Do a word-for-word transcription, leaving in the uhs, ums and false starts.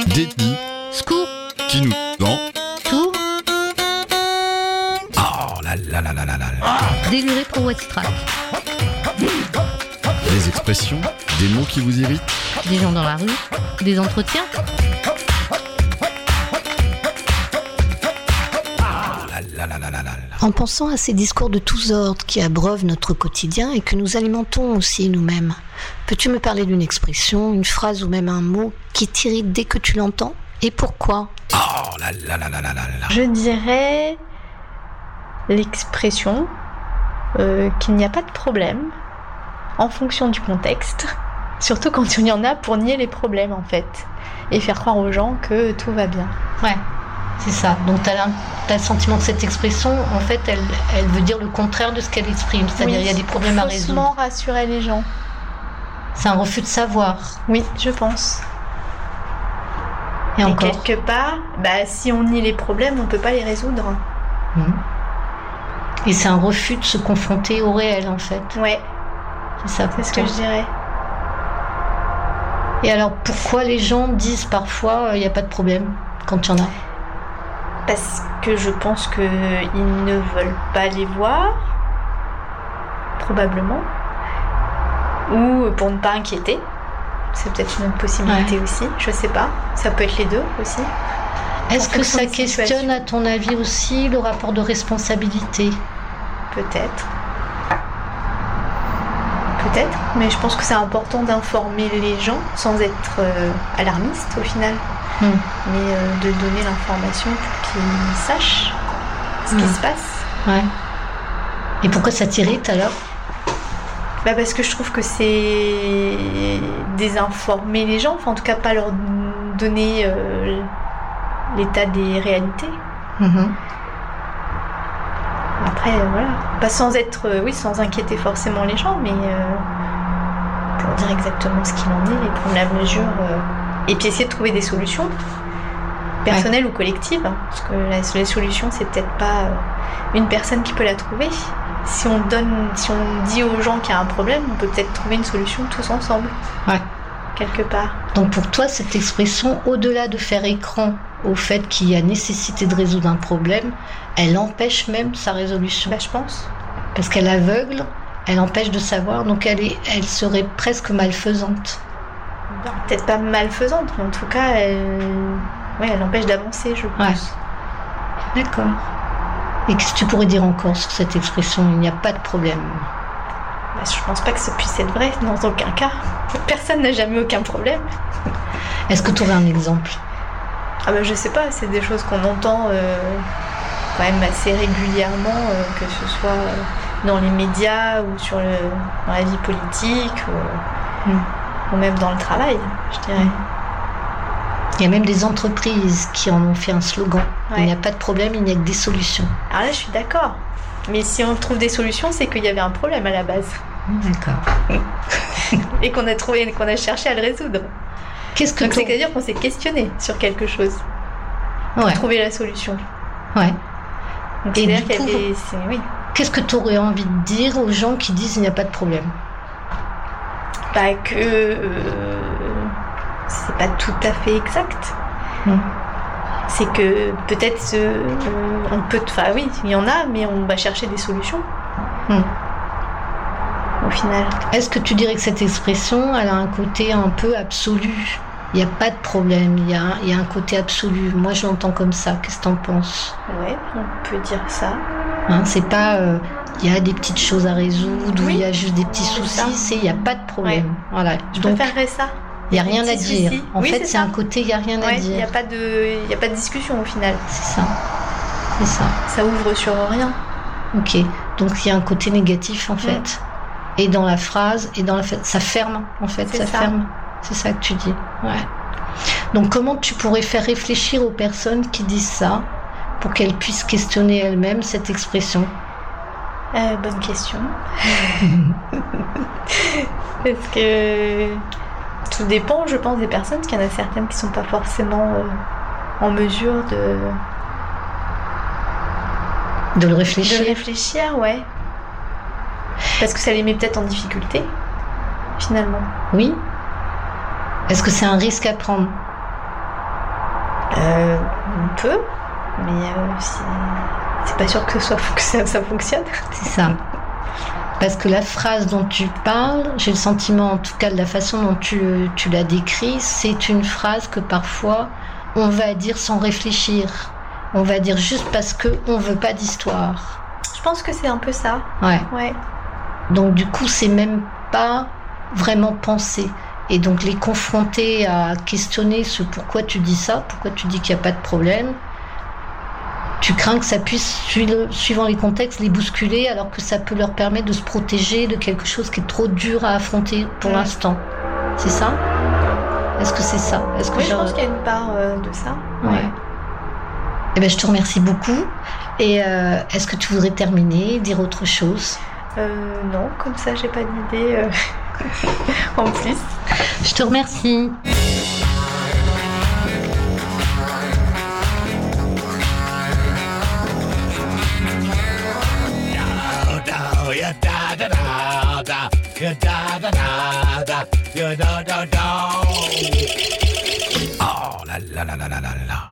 Détenu. Secours. Qui nous tend. Tour. Oh là là là là là là. Déluré pro Whatstrack. Des expressions, des mots qui vous irritent. Des gens dans la rue. Des entretiens. En pensant à ces discours de tous ordres qui abreuvent notre quotidien et que nous alimentons aussi nous-mêmes, peux-tu me parler d'une expression, une phrase ou même un mot qui t'irrite dès que tu l'entends ? Et pourquoi ? Oh là là là là là là. Je dirais l'expression euh, qu'il n'y a pas de problème en fonction du contexte, surtout quand il y en a pour nier les problèmes en fait, et faire croire aux gens que tout va bien. Ouais. C'est ça. Donc tu as le sentiment que cette expression, en fait, elle, elle veut dire le contraire de ce qu'elle exprime. C'est-à-dire qu'il oui, y a des problèmes à résoudre. Faussement rassurer les gens. C'est un refus de savoir. Oui, je pense. Et, Et encore. quelque part, bah, si on nie les problèmes, on ne peut pas les résoudre. Mmh. Et c'est un refus de se confronter au réel, en fait. Ouais. C'est ça. C'est ce que je dirais. Et alors, pourquoi les gens disent parfois il n'y a pas de problème quand il y en a ? Parce que je pense qu'ils ne veulent pas les voir, probablement, ou pour ne pas inquiéter. C'est peut-être une autre possibilité ouais. aussi, je sais pas. Ça peut être les deux aussi. Est-ce que ça questionne, à ton avis aussi, le rapport de responsabilité ? Peut-être. Peut-être, mais je pense que c'est important d'informer les gens sans être euh, alarmiste au final. Mmh. Mais euh, de donner l'information pour qu'ils sachent ce mmh. qui se passe. Ouais. Et pourquoi ça t'irrite alors ? Bah parce que je trouve que c'est désinformer les gens, enfin en tout cas pas leur donner euh, l'état des réalités. Mmh. Après euh, voilà, pas sans être, euh, oui, sans inquiéter forcément les gens, mais euh, pour dire exactement ce qu'il en est et prendre la mesure. Euh, Et puis essayer de trouver des solutions, personnelles ouais. ou collectives, hein, parce que la, la solution, c'est peut-être pas euh, une personne qui peut la trouver. Si on donne, si on dit aux gens qu'il y a un problème, on peut peut-être trouver une solution tous ensemble, ouais. quelque part. Donc pour toi, cette expression, au-delà de faire écran au fait qu'il y a nécessité de résoudre un problème, elle empêche même sa résolution. Bah, je pense. Parce qu'elle aveugle, elle empêche de savoir, donc elle, est, elle serait presque malfaisante. Peut-être pas malfaisante, mais en tout cas, elle, ouais, elle empêche d'avancer, je pense. Ouais. D'accord. Et qu'est-ce que tu pourrais dire encore sur cette expression ? Il n'y a pas de problème. Bah, je pense pas que ça puisse être vrai, dans aucun cas. Personne n'a jamais aucun problème. Est-ce que tu aurais un exemple ? Ah bah, je sais pas, c'est des choses qu'on entend euh, quand même assez régulièrement, euh, que ce soit dans les médias ou sur le, dans la vie politique. Ou... Hmm. ou même dans le travail, je dirais. Il y a même des entreprises qui en ont fait un slogan. Ouais. Il n'y a pas de problème, il n'y a que des solutions. Alors là, je suis d'accord. Mais si on trouve des solutions, c'est qu'il y avait un problème à la base. D'accord. Et qu'on a trouvé, qu'on a cherché à le résoudre. Qu'est-ce que Donc ton... c'est-à-dire qu'on s'est questionné sur quelque chose pour ouais. trouver la solution. Ouais. Donc Et c'est-à-dire du qu'il y coup, avait... c'est... Oui. Qu'est-ce que tu aurais envie de dire aux gens qui disent il n'y a pas de problème ? Bah que euh, c'est pas tout à fait exact. Mmh. C'est que peut-être euh, on peut, enfin oui, il y en a, mais on va chercher des solutions. Mmh. Au final. Est-ce que tu dirais que cette expression, elle a un côté un peu absolu ? Il n'y a pas de problème, il y a, il y a un côté absolu. Moi, je l'entends comme ça. Qu'est-ce que t'en penses ? Ouais, on peut dire ça. Hein, c'est pas... Euh, il y a des petites choses à résoudre, oui. ou il y a juste des petits c'est soucis, ça. c'est il n'y a pas de problème. Ouais. Voilà. Je Donc, préférerais ça. Il n'y a rien à dire. Soucis. En oui, fait, c'est, c'est ça. un côté, il n'y a rien ouais, à dire. Il n'y a pas de, il y a pas de discussion au final. C'est ça. C'est ça. Ça ouvre sur rien. Ok. Donc il y a un côté négatif en fait. Mm. Et dans la phrase, et dans la ça ferme en fait, c'est ça, ça ferme. C'est ça que tu dis. Ouais. Donc comment tu pourrais faire réfléchir aux personnes qui disent ça pour qu'elles puissent questionner elles-mêmes cette expression ? Euh, bonne question. Parce que tout dépend, je pense, des personnes, parce qu'il y en a certaines qui ne sont pas forcément euh, en mesure de... De le réfléchir. De le réfléchir, ouais. Parce que ça les met peut-être en difficulté, finalement. Oui. Est-ce que c'est un risque à prendre ? Euh, on peut, mais euh, c'est, c'est pas sûr que ce soit, que ça, ça fonctionne. C'est ça. Parce que la phrase dont tu parles, j'ai le sentiment, en tout cas de la façon dont tu, tu l'as décrit, c'est une phrase que parfois on va dire sans réfléchir. On va dire juste parce qu'on veut pas d'histoire. Je pense que c'est un peu ça. Ouais. Ouais. Donc du coup, c'est même pas vraiment pensé. Et donc les confronter à questionner ce pourquoi tu dis ça, pourquoi tu dis qu'il n'y a pas de problème, tu crains que ça puisse, suivant les contextes, les bousculer, alors que ça peut leur permettre de se protéger de quelque chose qui est trop dur à affronter pour Ouais. l'instant. C'est ça ? Est-ce que c'est ça ? Est-ce que Oui, je genre- pense qu'il y a une part euh, de ça. Ouais. Eh ben, je te remercie beaucoup. Et euh, est-ce que tu voudrais terminer, dire autre chose ? Euh, non, comme ça, j'ai pas d'idée euh, en plus. Je te remercie. Oh, yeah, da, da, da, da, yeah, da, da, da, da, yeah, da, da, da. Oh, la la la la la la la.